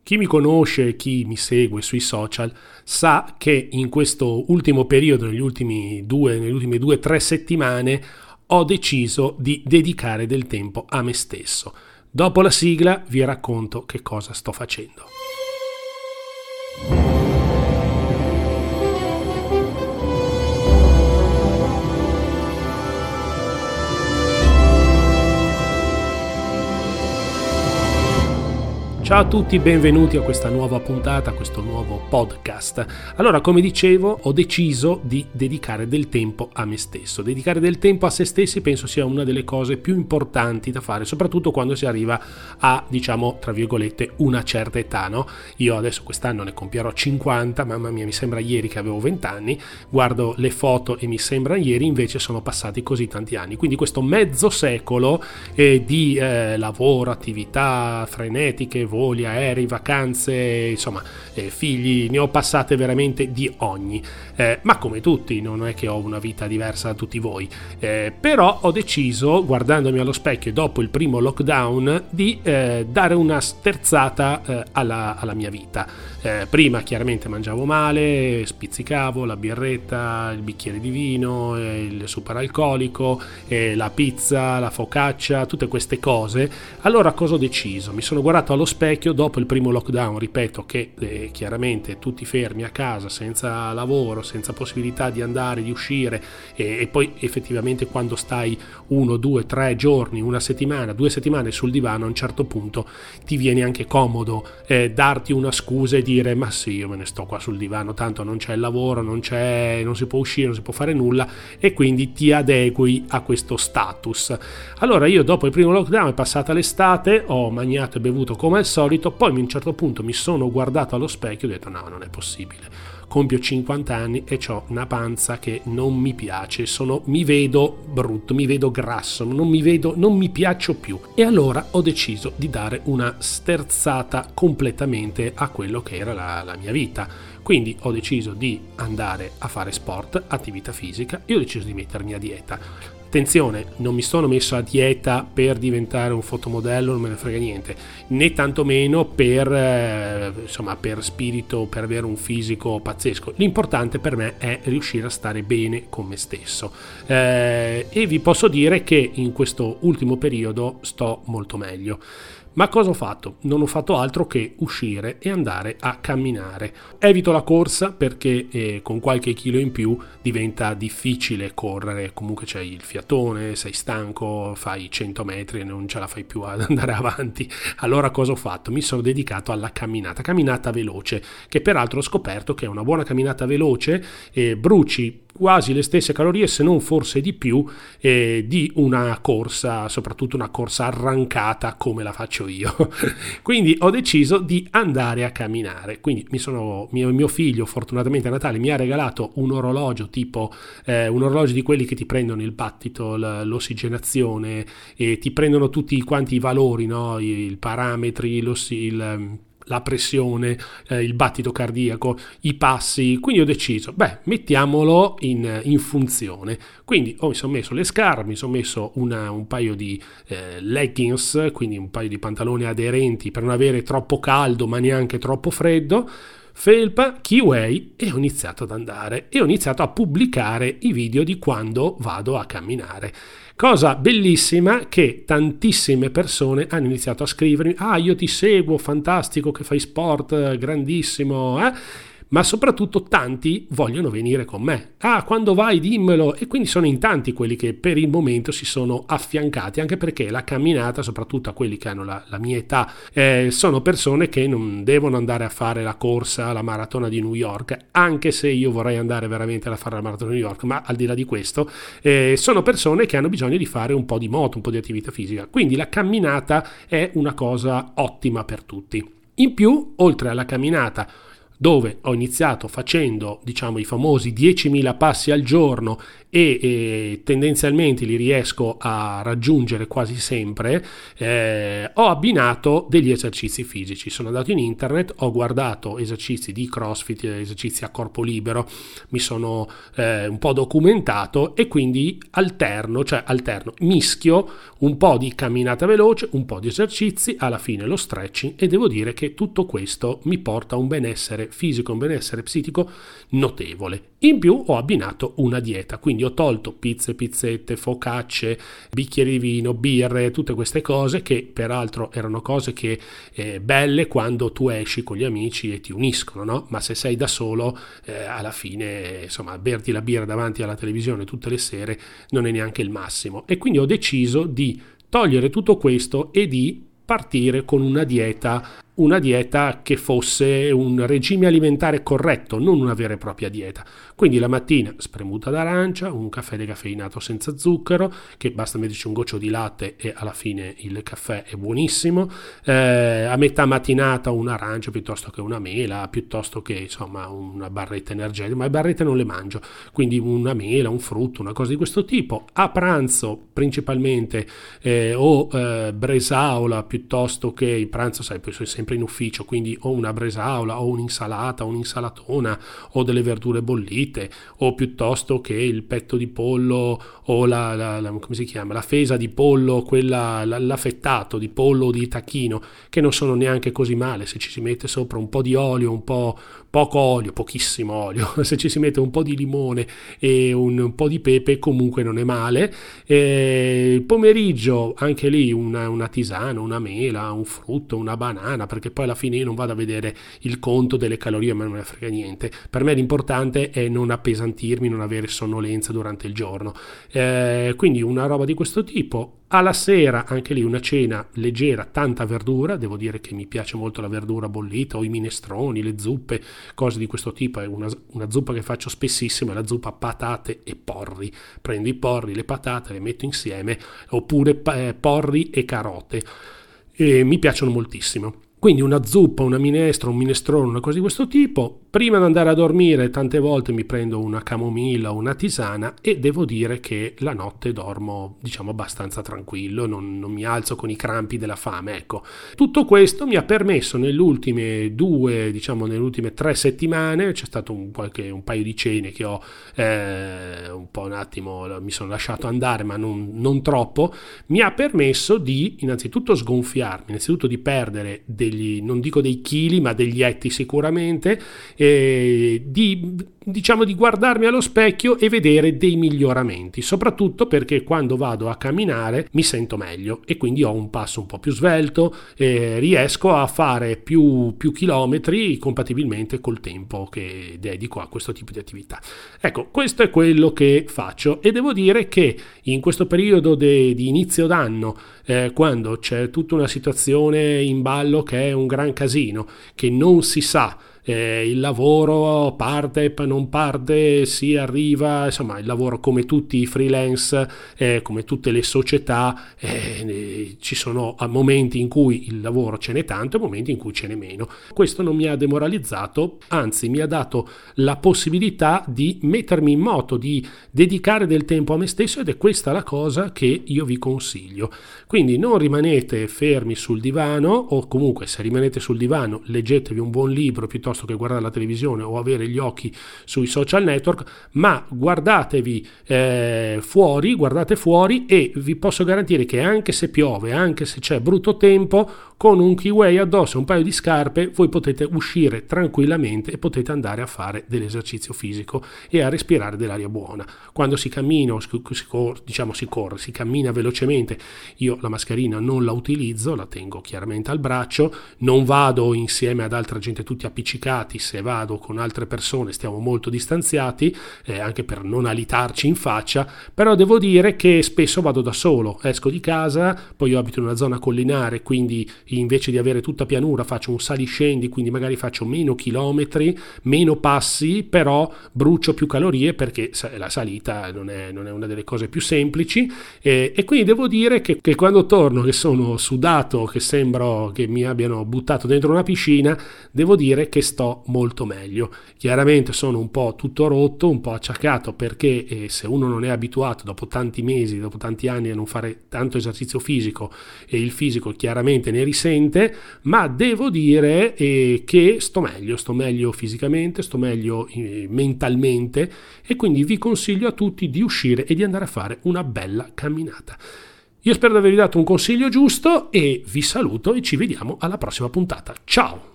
Chi mi conosce, chi mi segue sui social, sa che in questo ultimo periodo, nelle ultime 2 o 3 settimane, ho deciso di dedicare del tempo a me stesso. Dopo la sigla vi racconto che cosa sto facendo. Ciao a tutti, benvenuti a questa nuova puntata, a questo nuovo podcast. Allora, come dicevo, ho deciso di dedicare del tempo a me stesso. Dedicare del tempo a se stessi penso sia una delle cose più importanti da fare, soprattutto quando si arriva a, diciamo, tra virgolette, una certa età, no? Io adesso quest'anno ne compierò 50, mamma mia, mi sembra ieri che avevo 20 anni, guardo le foto e mi sembra ieri, invece sono passati così tanti anni. Quindi questo mezzo secolo di lavoro, attività frenetiche, voli, aerei, vacanze, insomma, figli, ne ho passate veramente di ogni, ma come tutti, non è che ho una vita diversa da tutti voi, però ho deciso, guardandomi allo specchio dopo il primo lockdown, di dare una sterzata alla mia vita. Prima chiaramente mangiavo male, spizzicavo la birretta, il bicchiere di vino, il superalcolico, la pizza, la focaccia, tutte queste cose. Allora cosa ho deciso? Mi sono guardato allo specchio dopo il primo lockdown, ripeto, che chiaramente tutti fermi a casa, senza lavoro, senza possibilità di andare, di uscire, e poi effettivamente quando stai 1, 2, 3 giorni, una settimana, 2 settimane sul divano, a un certo punto ti viene anche comodo darti una scusa e dire: ma sì, io me ne sto qua sul divano, tanto non c'è il lavoro, non si può uscire, non si può fare nulla, e quindi ti adegui a questo status. Allora io dopo il primo lockdown, è passata l'estate, ho mangiato e bevuto come al solito, poi a un certo punto mi sono guardato allo specchio e ho detto: no, non è possibile, compio 50 anni e ho una panza che non mi piace, mi vedo brutto, mi vedo grasso, non mi piaccio più. E allora ho deciso di dare una sterzata completamente a quello che era la mia vita. Quindi ho deciso di andare a fare sport, attività fisica, e ho deciso di mettermi a dieta. Attenzione, non mi sono messo a dieta per diventare un fotomodello, non me ne frega niente, né tantomeno per spirito, per avere un fisico pazzesco. L'importante per me è riuscire a stare bene con me stesso, e vi posso dire che in questo ultimo periodo sto molto meglio. Ma cosa ho fatto? Non ho fatto altro che uscire e andare a camminare. Evito la corsa perché con qualche chilo in più diventa difficile correre, comunque c'è il fiatone, sei stanco, fai 100 metri e non ce la fai più ad andare avanti. Allora cosa ho fatto? Mi sono dedicato alla camminata veloce, che peraltro ho scoperto che è una buona camminata veloce, bruci quasi le stesse calorie, se non forse di più, di una corsa, soprattutto una corsa arrancata come la faccio io. Quindi ho deciso di andare a camminare. Quindi mio figlio fortunatamente a Natale mi ha regalato un orologio tipo un orologio di quelli che ti prendono il battito, l'ossigenazione, e ti prendono tutti quanti i valori, no? I parametri, la pressione, il battito cardiaco, i passi. Quindi ho deciso, mettiamolo in funzione. Quindi mi sono messo le scarpe, mi sono messo un paio di leggings, quindi un paio di pantaloni aderenti per non avere troppo caldo ma neanche troppo freddo, felpa, Kiwi, e ho iniziato ad andare e ho iniziato a pubblicare i video di quando vado a camminare. Cosa bellissima, che tantissime persone hanno iniziato a scrivermi: io ti seguo, fantastico che fai sport, grandissimo, ma soprattutto tanti vogliono venire con me. Quando vai dimmelo. E quindi sono in tanti quelli che per il momento si sono affiancati, anche perché la camminata, soprattutto a quelli che hanno la mia età, sono persone che non devono andare a fare la corsa, la maratona di New York, anche se io vorrei andare veramente a fare la maratona di New York, ma al di là di questo sono persone che hanno bisogno di fare un po' di moto, un po' di attività fisica. Quindi la camminata è una cosa ottima per tutti. In più, oltre alla camminata, dove ho iniziato facendo, diciamo, i famosi 10.000 passi al giorno e tendenzialmente li riesco a raggiungere quasi sempre, ho abbinato degli esercizi fisici. Sono andato in internet, ho guardato esercizi di CrossFit, esercizi a corpo libero, mi sono un po' documentato e quindi mischio un po' di camminata veloce, un po' di esercizi, alla fine lo stretching, e devo dire che tutto questo mi porta a un benessere fisico, un benessere psichico notevole. In più ho abbinato una dieta, quindi ho tolto pizze, pizzette, focacce, bicchieri di vino, birre, tutte queste cose che peraltro erano cose che belle quando tu esci con gli amici e ti uniscono, no? Ma se sei da solo, alla fine, insomma, berti la birra davanti alla televisione tutte le sere non è neanche il massimo. E quindi ho deciso di togliere tutto questo e di partire con una dieta che fosse un regime alimentare corretto, non una vera e propria dieta. Quindi la mattina spremuta d'arancia, un caffè decaffeinato senza zucchero, che basta metterci un goccio di latte e alla fine il caffè è buonissimo. A metà mattinata un'arancia piuttosto che una mela, piuttosto che insomma una barretta energetica, ma le barrette non le mangio, quindi una mela, un frutto, una cosa di questo tipo. A pranzo principalmente bresaola, piuttosto che il pranzo, sai, poi sono sempre in ufficio, quindi o una bresaola o un'insalata o un'insalatona o delle verdure bollite, o piuttosto che il petto di pollo o come si chiama, la fesa di pollo, quella, l'affettato di pollo o di tacchino, che non sono neanche così male se ci si mette sopra un po' di olio, poco olio, pochissimo olio, se ci si mette un po' di limone e un po' di pepe comunque non è male. Il pomeriggio anche lì una tisana, una mela, un frutto, una banana, perché poi alla fine io non vado a vedere il conto delle calorie, ma non me ne frega niente. Per me l'importante è non appesantirmi, non avere sonnolenza durante il giorno, quindi una roba di questo tipo. Alla sera anche lì una cena leggera, tanta verdura, devo dire che mi piace molto la verdura bollita o i minestroni, le zuppe, cose di questo tipo. È una zuppa che faccio spessissimo, è la zuppa patate e porri. Prendo i porri, le patate, le metto insieme, oppure porri e carote, e mi piacciono moltissimo. Quindi una zuppa, una minestra, un minestrone, una cosa di questo tipo. Prima di andare a dormire tante volte mi prendo una camomilla o una tisana e devo dire che la notte dormo, diciamo, abbastanza tranquillo, non mi alzo con i crampi della fame, ecco. Tutto questo mi ha permesso nelle ultime 3 settimane, c'è stato un paio di cene che ho mi sono lasciato andare, ma non troppo, mi ha permesso di innanzitutto sgonfiarmi, innanzitutto di perdere non dico dei chili, ma degli etti sicuramente, di guardarmi allo specchio e vedere dei miglioramenti, soprattutto perché quando vado a camminare mi sento meglio e quindi ho un passo un po' più svelto, riesco a fare più chilometri compatibilmente col tempo che dedico a questo tipo di attività. Ecco, questo è quello che faccio e devo dire che in questo periodo di inizio d'anno, quando c'è tutta una situazione in ballo che è un gran casino, che non si sa, il lavoro parte, non parte, si arriva, insomma il lavoro, come tutti i freelance, come tutte le società, ci sono momenti in cui il lavoro ce n'è tanto e momenti in cui ce n'è meno. Questo non mi ha demoralizzato, anzi mi ha dato la possibilità di mettermi in moto, di dedicare del tempo a me stesso, ed è questa la cosa che io vi consiglio. Quindi non rimanete fermi sul divano, o comunque se rimanete sul divano leggetevi un buon libro piuttosto che guardare la televisione o avere gli occhi sui social network, ma guardate fuori, e vi posso garantire che anche se piove, anche se c'è brutto tempo, con un kiwi addosso e un paio di scarpe voi potete uscire tranquillamente e potete andare a fare dell'esercizio fisico e a respirare dell'aria buona. Quando si cammina, si cammina velocemente, io la mascherina non la utilizzo, la tengo chiaramente al braccio, non vado insieme ad altra gente tutti appiccicati, se vado con altre persone stiamo molto distanziati, anche per non alitarci in faccia, però devo dire che spesso vado da solo, esco di casa, poi io abito in una zona collinare, quindi invece di avere tutta pianura faccio un saliscendi, quindi magari faccio meno chilometri, meno passi, però brucio più calorie perché la salita non è una delle cose più semplici, e quindi devo dire che quando torno che sono sudato, che sembro che mi abbiano buttato dentro una piscina, devo dire che sto molto meglio. Chiaramente sono un po' tutto rotto, un po' acciaccato, perché se uno non è abituato dopo tanti mesi, dopo tanti anni a non fare tanto esercizio fisico, e il fisico chiaramente ne risente, ma devo dire che sto meglio fisicamente, sto meglio mentalmente, e quindi vi consiglio a tutti di uscire e di andare a fare una bella camminata. Io spero di avervi dato un consiglio giusto e vi saluto e ci vediamo alla prossima puntata. Ciao!